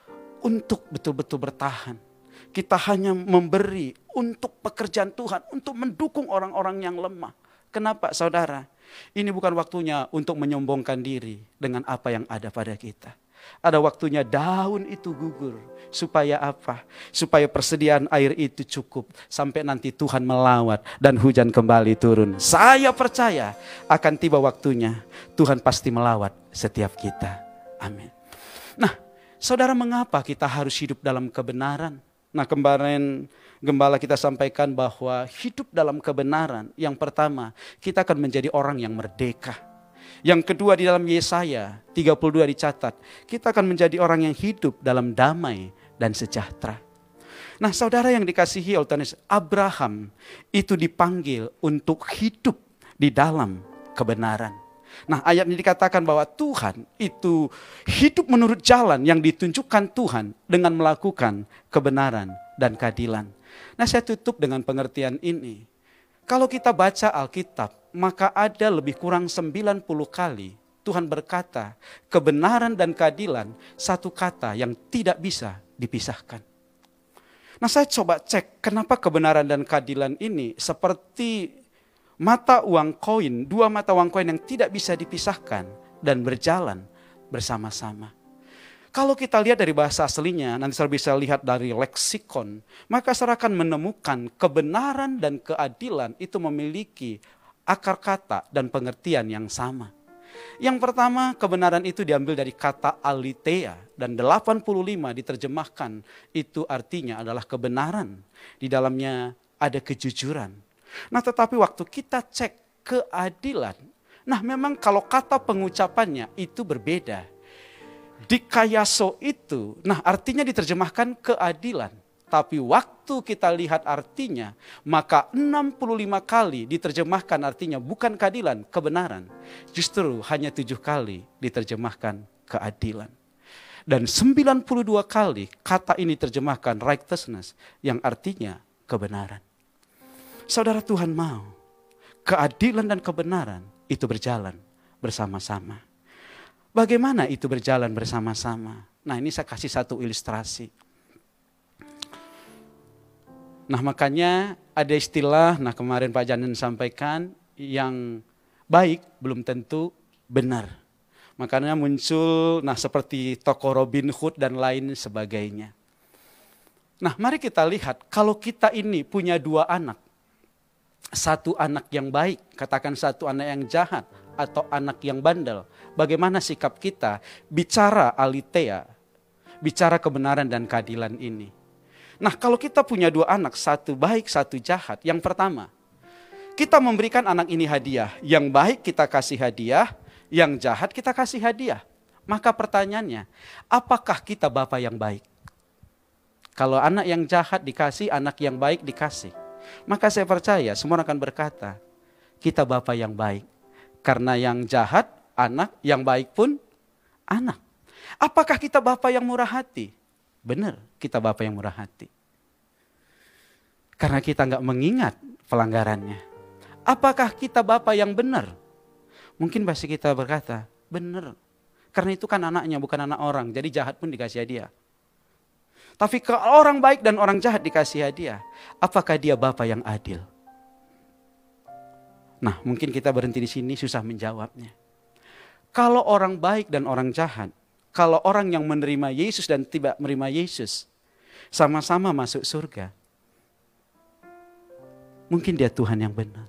untuk betul-betul bertahan. Kita hanya memberi untuk pekerjaan Tuhan, untuk mendukung orang-orang yang lemah. Kenapa saudara? Ini bukan waktunya untuk menyombongkan diri dengan apa yang ada pada kita. Ada waktunya daun itu gugur. Supaya apa? Supaya persediaan air itu cukup. Sampai nanti Tuhan melawat dan hujan kembali turun. Saya percaya akan tiba waktunya Tuhan pasti melawat setiap kita. Amin. Nah, saudara, mengapa kita harus hidup dalam kebenaran? Nah, kemarin gembala kita sampaikan bahwa hidup dalam kebenaran, yang pertama, kita akan menjadi orang yang merdeka. Yang kedua, di dalam Yesaya 32 dicatat, kita akan menjadi orang yang hidup dalam damai dan sejahtera. Nah, saudara yang dikasihi oleh Tuhan Yesus, Abraham itu dipanggil untuk hidup di dalam kebenaran. Nah, ayat ini dikatakan bahwa Tuhan itu hidup menurut jalan yang ditunjukkan Tuhan dengan melakukan kebenaran dan keadilan. Nah, saya tutup dengan pengertian ini. Kalau kita baca Alkitab, maka ada lebih kurang 90 kali Tuhan berkata kebenaran dan keadilan satu kata yang tidak bisa dipisahkan. Nah, saya coba cek kenapa kebenaran dan keadilan ini seperti mata uang koin, dua mata uang koin yang tidak bisa dipisahkan dan berjalan bersama-sama. Kalau kita lihat dari bahasa aslinya, nanti saudara bisa lihat dari leksikon, maka saudara akan menemukan kebenaran dan keadilan itu memiliki akar kata dan pengertian yang sama. Yang pertama, kebenaran itu diambil dari kata aletheia dan 85 diterjemahkan, itu artinya adalah kebenaran. Di dalamnya ada kejujuran. Nah, tetapi waktu kita cek keadilan, nah memang kalau kata pengucapannya itu berbeda. Dikayaso itu, nah artinya diterjemahkan keadilan. Tapi waktu kita lihat artinya, maka 65 kali diterjemahkan artinya bukan keadilan, kebenaran. Justru hanya 7 kali diterjemahkan keadilan. Dan 92 kali kata ini terjemahkan righteousness, yang artinya kebenaran. Saudara, Tuhan mau keadilan dan kebenaran itu berjalan bersama-sama. Bagaimana itu berjalan bersama-sama? Nah, ini saya kasih satu ilustrasi. Nah, makanya ada istilah, nah kemarin Pak Janin sampaikan, yang baik belum tentu benar. Makanya muncul, nah seperti toko Robin Hood dan lain sebagainya. Nah, mari kita lihat, kalau kita ini punya 2 anak. Satu anak yang baik, katakan satu anak yang jahat, atau anak yang bandel. Bagaimana sikap kita bicara aletheia, bicara kebenaran dan keadilan ini. Nah, kalau kita punya 2 anak, satu baik, satu jahat. Yang pertama, kita memberikan anak ini hadiah. Yang baik kita kasih hadiah, yang jahat kita kasih hadiah. Maka pertanyaannya, apakah kita Bapa yang baik? Kalau anak yang jahat dikasih, anak yang baik dikasih. Maka saya percaya semua akan berkata, kita Bapa yang baik. Karena yang jahat anak, yang baik pun anak. Apakah kita Bapa yang murah hati? Benar, kita Bapa yang murah hati. Karena kita enggak mengingat pelanggarannya. Apakah kita Bapa yang benar? Mungkin pasti kita berkata, benar. Karena itu kan anaknya, bukan anak orang. Jadi jahat pun dikasih hadiah. Tapi kalau orang baik dan orang jahat dikasih hadiah, apakah dia Bapa yang adil? Nah, mungkin kita berhenti di sini susah menjawabnya. Kalau orang baik dan orang jahat, kalau orang yang menerima Yesus dan tidak menerima Yesus, sama-sama masuk surga, mungkin dia Tuhan yang benar.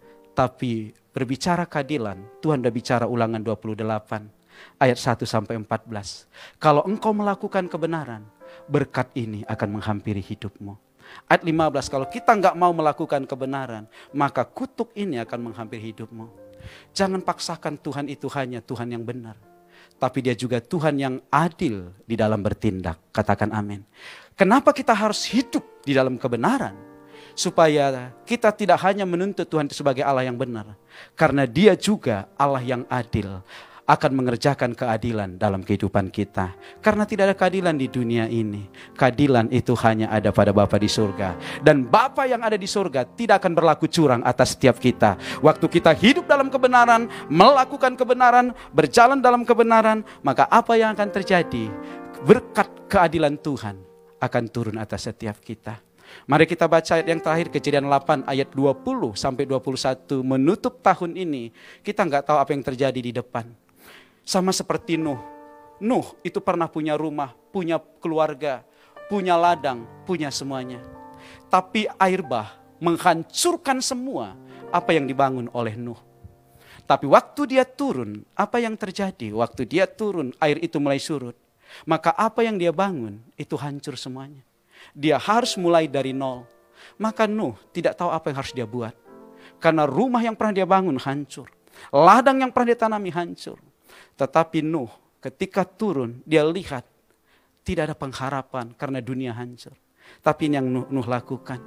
Tapi berbicara keadilan, Tuhan sudah bicara Ulangan 28 ayat 1 sampai 14. Kalau engkau melakukan kebenaran, berkat ini akan menghampiri hidupmu. Ayat 15, kalau kita nggak mau melakukan kebenaran, maka kutuk ini akan menghampiri hidupmu. Jangan paksakan Tuhan itu hanya Tuhan yang benar, tapi dia juga Tuhan yang adil di dalam bertindak. Katakan amin. Kenapa kita harus hidup di dalam kebenaran? Supaya kita tidak hanya menuntut Tuhan itu sebagai Allah yang benar, karena dia juga Allah yang adil, akan mengerjakan keadilan dalam kehidupan kita. Karena tidak ada keadilan di dunia ini. Keadilan itu hanya ada pada Bapa di surga. Dan Bapa yang ada di surga tidak akan berlaku curang atas setiap kita. Waktu kita hidup dalam kebenaran, melakukan kebenaran, berjalan dalam kebenaran, maka apa yang akan terjadi? Berkat keadilan Tuhan akan turun atas setiap kita. Mari kita baca ayat yang terakhir, Kejadian 8 ayat 20 sampai 21. Menutup tahun ini, kita nggak tahu apa yang terjadi di depan. Sama seperti Nuh. Nuh itu pernah punya rumah, punya keluarga, punya ladang, punya semuanya. Tapi air bah menghancurkan semua apa yang dibangun oleh Nuh. Tapi waktu dia turun, apa yang terjadi? Waktu dia turun, air itu mulai surut. Maka apa yang dia bangun, itu hancur semuanya. Dia harus mulai dari nol. Maka Nuh tidak tahu apa yang harus dia buat. Karena rumah yang pernah dia bangun hancur. Ladang yang pernah dia tanami hancur. Tetapi Nuh ketika turun, dia lihat tidak ada pengharapan karena dunia hancur. Tapi ini yang Nuh lakukan.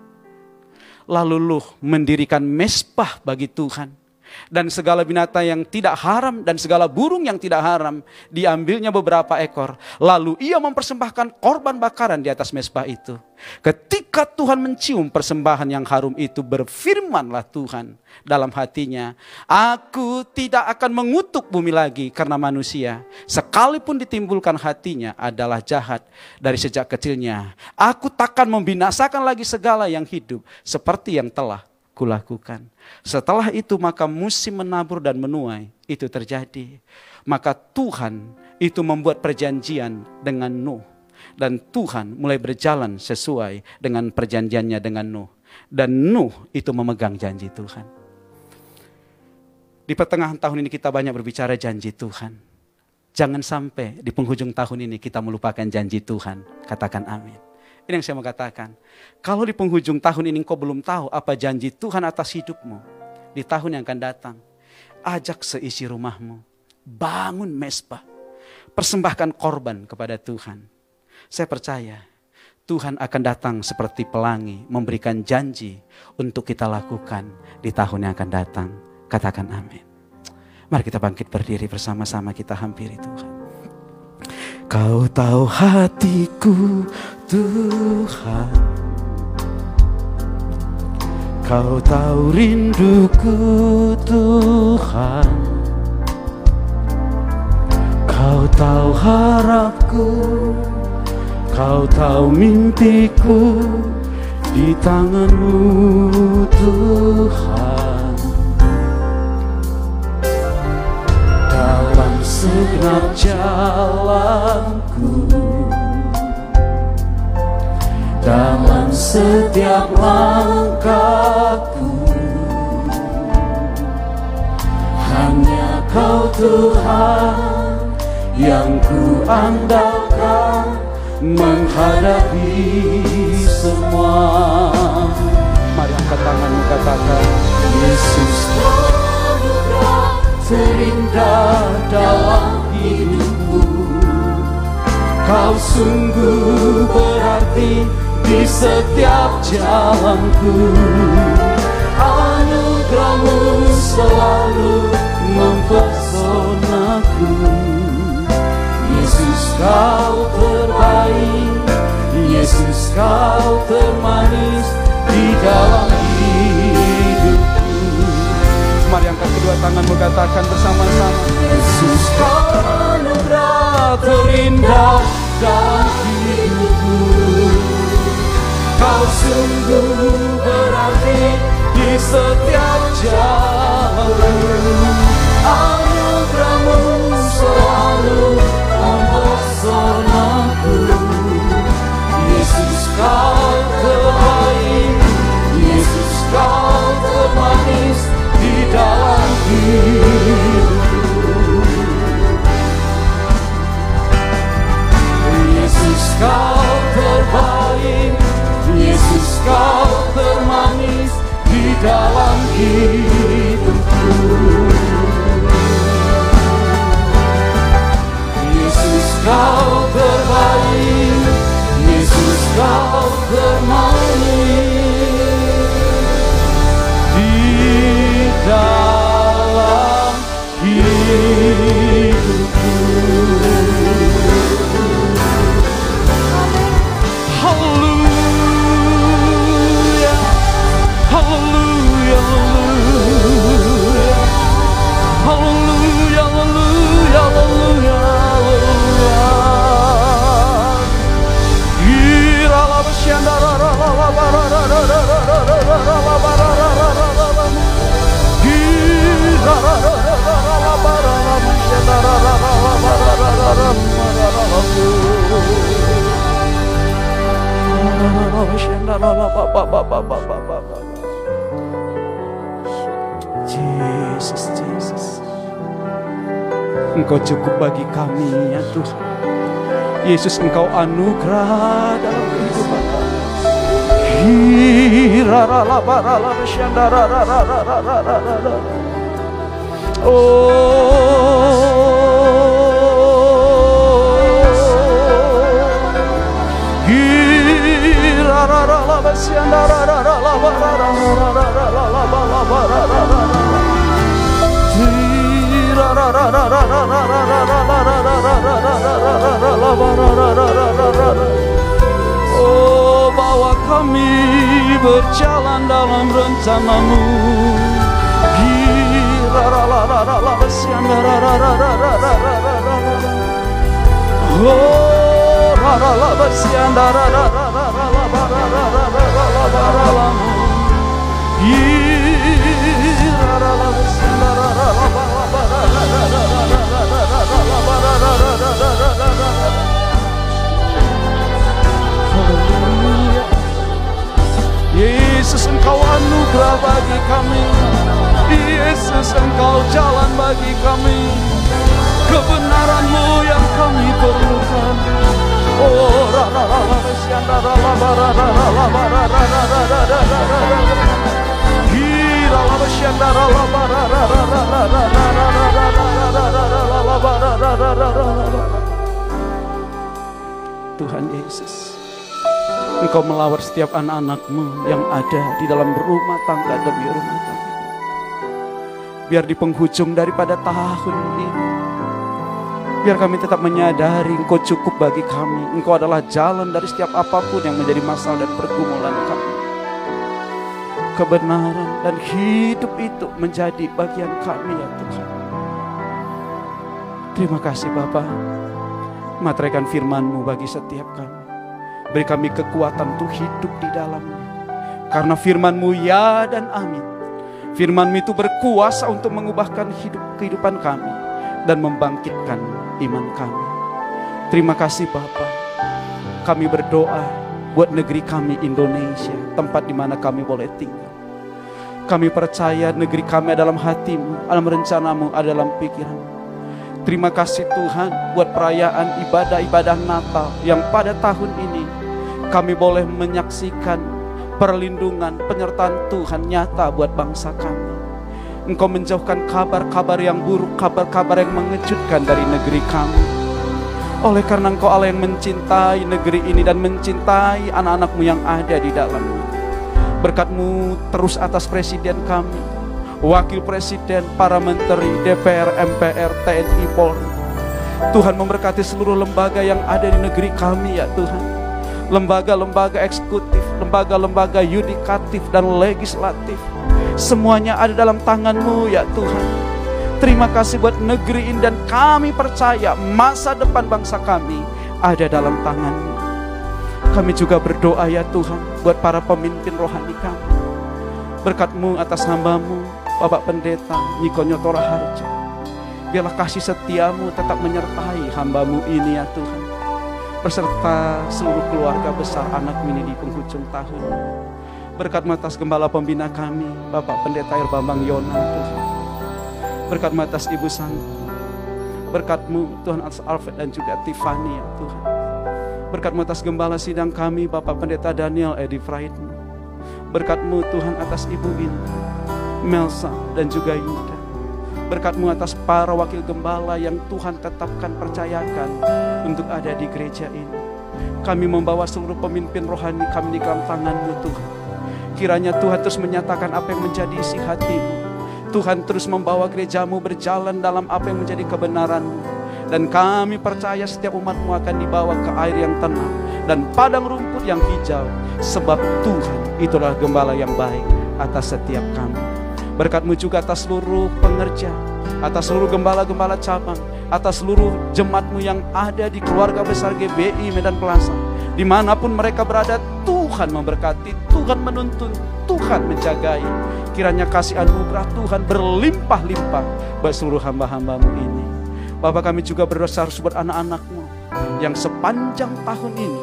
Lalu Nuh mendirikan mezbah bagi Tuhan. Dan segala binatang yang tidak haram dan segala burung yang tidak haram, diambilnya beberapa ekor. Lalu ia mempersembahkan korban bakaran di atas mezbah itu. Ketika Tuhan mencium persembahan yang harum itu, berfirmanlah Tuhan dalam hatinya, aku tidak akan mengutuk bumi lagi karena manusia, sekalipun ditimbulkan hatinya adalah jahat dari sejak kecilnya. Aku takkan membinasakan lagi segala yang hidup seperti yang telah kulakukan. Setelah itu maka musim menabur dan menuai itu terjadi. Maka Tuhan itu membuat perjanjian dengan Nuh. Dan Tuhan mulai berjalan sesuai dengan perjanjiannya dengan Nuh. Dan Nuh itu memegang janji Tuhan. Di pertengahan tahun ini kita banyak berbicara janji Tuhan. Jangan sampai di penghujung tahun ini kita melupakan janji Tuhan. Katakan amin. Ini yang saya mau katakan. Kalau di penghujung tahun ini kau belum tahu apa janji Tuhan atas hidupmu, di tahun yang akan datang, ajak seisi rumahmu, bangun mezbah, persembahkan korban kepada Tuhan. Saya percaya Tuhan akan datang seperti pelangi, memberikan janji untuk kita lakukan di tahun yang akan datang. Katakan amin. Mari kita bangkit berdiri bersama-sama, kita hampiri Tuhan. Kau tahu hatiku Tuhan, Kau tahu rinduku Tuhan, Kau tahu harapku, Kau tahu mimpiku di tangan-Mu Tuhan. Dalam segenap jalanku, dalam setiap langkahku, hanya Kau Tuhan yang ku andalkan menghadapi semua. Mari angkat tanganmu, katakan, Yesus anugerah terindah dalam hidupku. Kau sungguh berarti di setiap jalanku. Anugerah-Mu selalu mempesonaku. Yesus Kau terbaik, Yesus Kau termanis di dalam hidupku. kedua tanganmu, katakan bersama-sama. Yesus, kau anugerah terindah dalam hidupku. Kau sungguh berarti di setiap jalanku. Anugerahmu selalu mempesonaku. Yesus, kau terbaik. Yesus, kau termanis di dalam hidupku. Yesus, kau terbaik. Yesus, kau termanis di dalam hidupku. Yesus, kau terbaik. Yesus, kau termanis di dalam hidupku. Haleluya, haleluya, haleluya, haleluya, haleluya, haleluya, haleluya. Irala basyandara, Jesus, Jesus, Engkau cukup bagi kami ya Tuhan. Yesus, Engkau anugerah dalam kehidupan kami. Oh, bawa kami berjalan dalam rencana-Mu. Yesus, Engkau anugerah bagi kami. Yesus, Engkau jalan bagi kami. Kebenaran-Mu yang kami perlukan. Oh, Tuhan Yesus, Engkau melawat setiap anak-anak-Mu yang ada di dalam rumah tangga demi rumah tangga. Biar di penghujung daripada tahun ini, biar kami tetap menyadari Engkau cukup bagi kami. Engkau adalah jalan dari setiap apapun yang menjadi masalah dan pergumulan kami. Kebenaran dan hidup itu menjadi bagian kami ya Tuhan. Terima kasih Bapa. Materaikan firman-Mu bagi setiap kami. Beri kami kekuatan untuk hidup di dalamnya. Karena firman-Mu ya dan amin. Firman-Mu itu berkuasa untuk mengubahkan kehidupan kami dan membangkitkan iman kami. Terima kasih Bapa. Kami berdoa buat negeri kami Indonesia, tempat di mana kami boleh tinggal. Kami percaya negeri kami dalam hati-Mu, dalam rencana-Mu, dalam pikiran-Mu. Terima kasih Tuhan buat perayaan ibadah-ibadah Natal yang pada tahun ini kami boleh menyaksikan perlindungan, penyertaan Tuhan nyata buat bangsa kami. Engkau menjauhkan kabar-kabar yang buruk, kabar-kabar yang mengejutkan dari negeri kami. Oleh karena Engkau Allah yang mencintai negeri ini dan mencintai anak-anak-Mu yang ada di dalamnya. Berkat-Mu terus atas presiden kami, wakil presiden, para menteri, DPR, MPR, TNI, Polri. Tuhan memberkati seluruh lembaga yang ada di negeri kami ya Tuhan. Lembaga-lembaga eksekutif, lembaga-lembaga yudikatif dan legislatif. Semuanya ada dalam tangan-Mu ya Tuhan. Terima kasih buat negeri ini, dan kami percaya masa depan bangsa kami ada dalam tangan-Mu. Kami juga berdoa ya Tuhan buat para pemimpin rohani kami. Berkat-Mu atas hamba-Mu Bapak Pendeta Niko Nyotora Harja. Biarlah kasih setia-Mu tetap menyertai hamba-Mu ini ya Tuhan, beserta seluruh keluarga besar anak mini di penghujung tahun. Berkat-Mu atas gembala pembina kami Bapak Pendeta Bambang Yonan Tuhan. Berkat-Mu atas Ibu Santi. Berkat-Mu Tuhan atas Alfred dan juga Tiffany ya Tuhan. Berkat-Mu atas gembala sidang kami Bapak Pendeta Daniel Edi Fraidno. Berkat-Mu Tuhan atas Ibu Inti, Melsa dan juga Yuda. Berkat-Mu atas para wakil gembala yang Tuhan tetapkan, percayakan untuk ada di gereja ini. Kami membawa seluruh pemimpin rohani kami di dalam tangan-Mu Tuhan. Kiranya Tuhan terus menyatakan apa yang menjadi isi hati-Mu. Tuhan terus membawa gereja-Mu berjalan dalam apa yang menjadi kebenaran-Mu. Dan kami percaya setiap umat-Mu akan dibawa ke air yang tenang dan padang rumput yang hijau. Sebab Tuhan itulah gembala yang baik atas setiap kami. Berkat-Mu juga atas seluruh pengerja, atas seluruh gembala-gembala cabang, atas seluruh jemaat-Mu yang ada di keluarga besar GBI Medan Plaza. Dimanapun mereka berada, Tuhan memberkati, Tuhan menuntun, Tuhan menjagai. Kiranya kasih anugerah Tuhan berlimpah-limpah bagi seluruh hamba-hamba-Mu ini. Bapak, kami juga berdoa buat anak-anak-Mu yang sepanjang tahun ini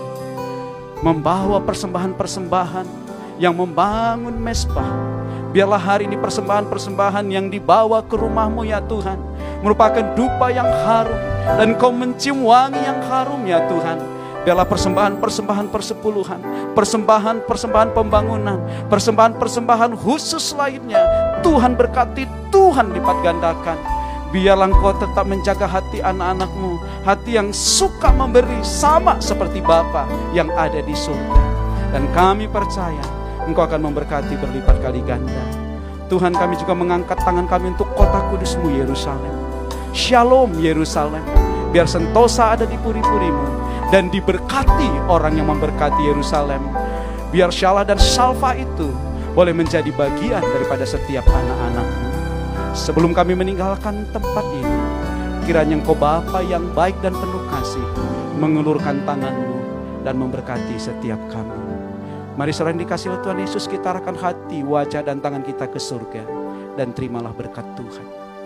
membawa persembahan-persembahan yang membangun mezbah. Biarlah hari ini persembahan-persembahan yang dibawa ke rumah-Mu ya Tuhan merupakan dupa yang harum, dan Kau mencium wangi yang harum ya Tuhan. Biarlah persembahan-persembahan persepuluhan, persembahan-persembahan pembangunan, persembahan-persembahan khusus lainnya, Tuhan berkati, Tuhan lipat gandakan. Biarlah Engkau tetap menjaga hati anak-anak-Mu, hati yang suka memberi sama seperti Bapa yang ada di surga. Dan kami percaya Engkau akan memberkati berlipat kali ganda. Tuhan, kami juga mengangkat tangan kami untuk kota kudus-Mu Yerusalem. Shalom Yerusalem. Biar sentosa ada di puri-puri-Mu, dan diberkati orang yang memberkati Yerusalem. Biar syalah dan salva itu boleh menjadi bagian daripada setiap anak-anak-Mu. Sebelum kami meninggalkan tempat ini, kiranya Engkau Bapa yang baik dan penuh kasih mengulurkan tangan-Mu dan memberkati setiap kami. Mari selain dikasih oleh Tuhan Yesus, kita arahkan hati, wajah dan tangan kita ke surga, dan terimalah berkat Tuhan.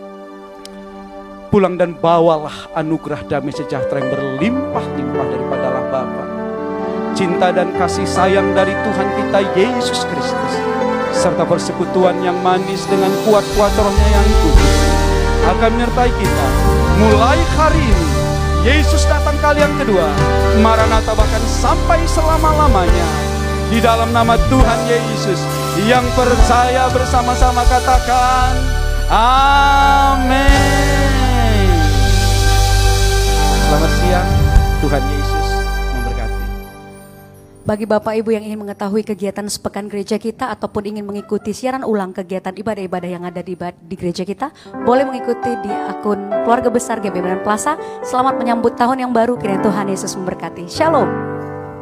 Pulang dan bawalah anugerah damai sejahtera yang berlimpah-limpah daripada Allah Bapa, cinta dan kasih sayang dari Tuhan kita Yesus Kristus, serta persekutuan yang manis dengan kuat kuasa Roh-Nya yang kudus akan menyertai kita mulai hari ini. Yesus datang kali yang kedua, Maranatha, bahkan sampai selama-lamanya. Di dalam nama Tuhan Yesus, yang percaya bersama-sama katakan amin. Selamat siang, Tuhan Yesus memberkati. Bagi Bapak Ibu yang ingin mengetahui kegiatan sepekan gereja kita ataupun ingin mengikuti siaran ulang kegiatan ibadah-ibadah yang ada di gereja kita, boleh mengikuti di akun Keluarga Besar GBI Medan Plaza. Selamat menyambut tahun yang baru, kiranya Tuhan Yesus memberkati. Shalom.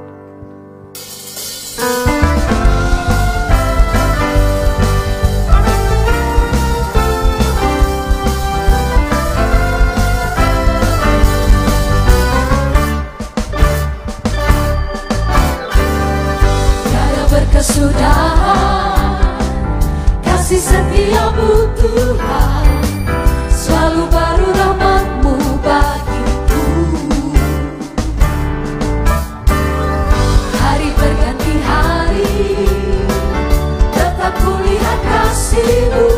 Kesudahan kasih setia-Mu Tuhan, selalu baru rahmat-Mu bagiku. Hari berganti hari, tetap kulihat kasih-Mu.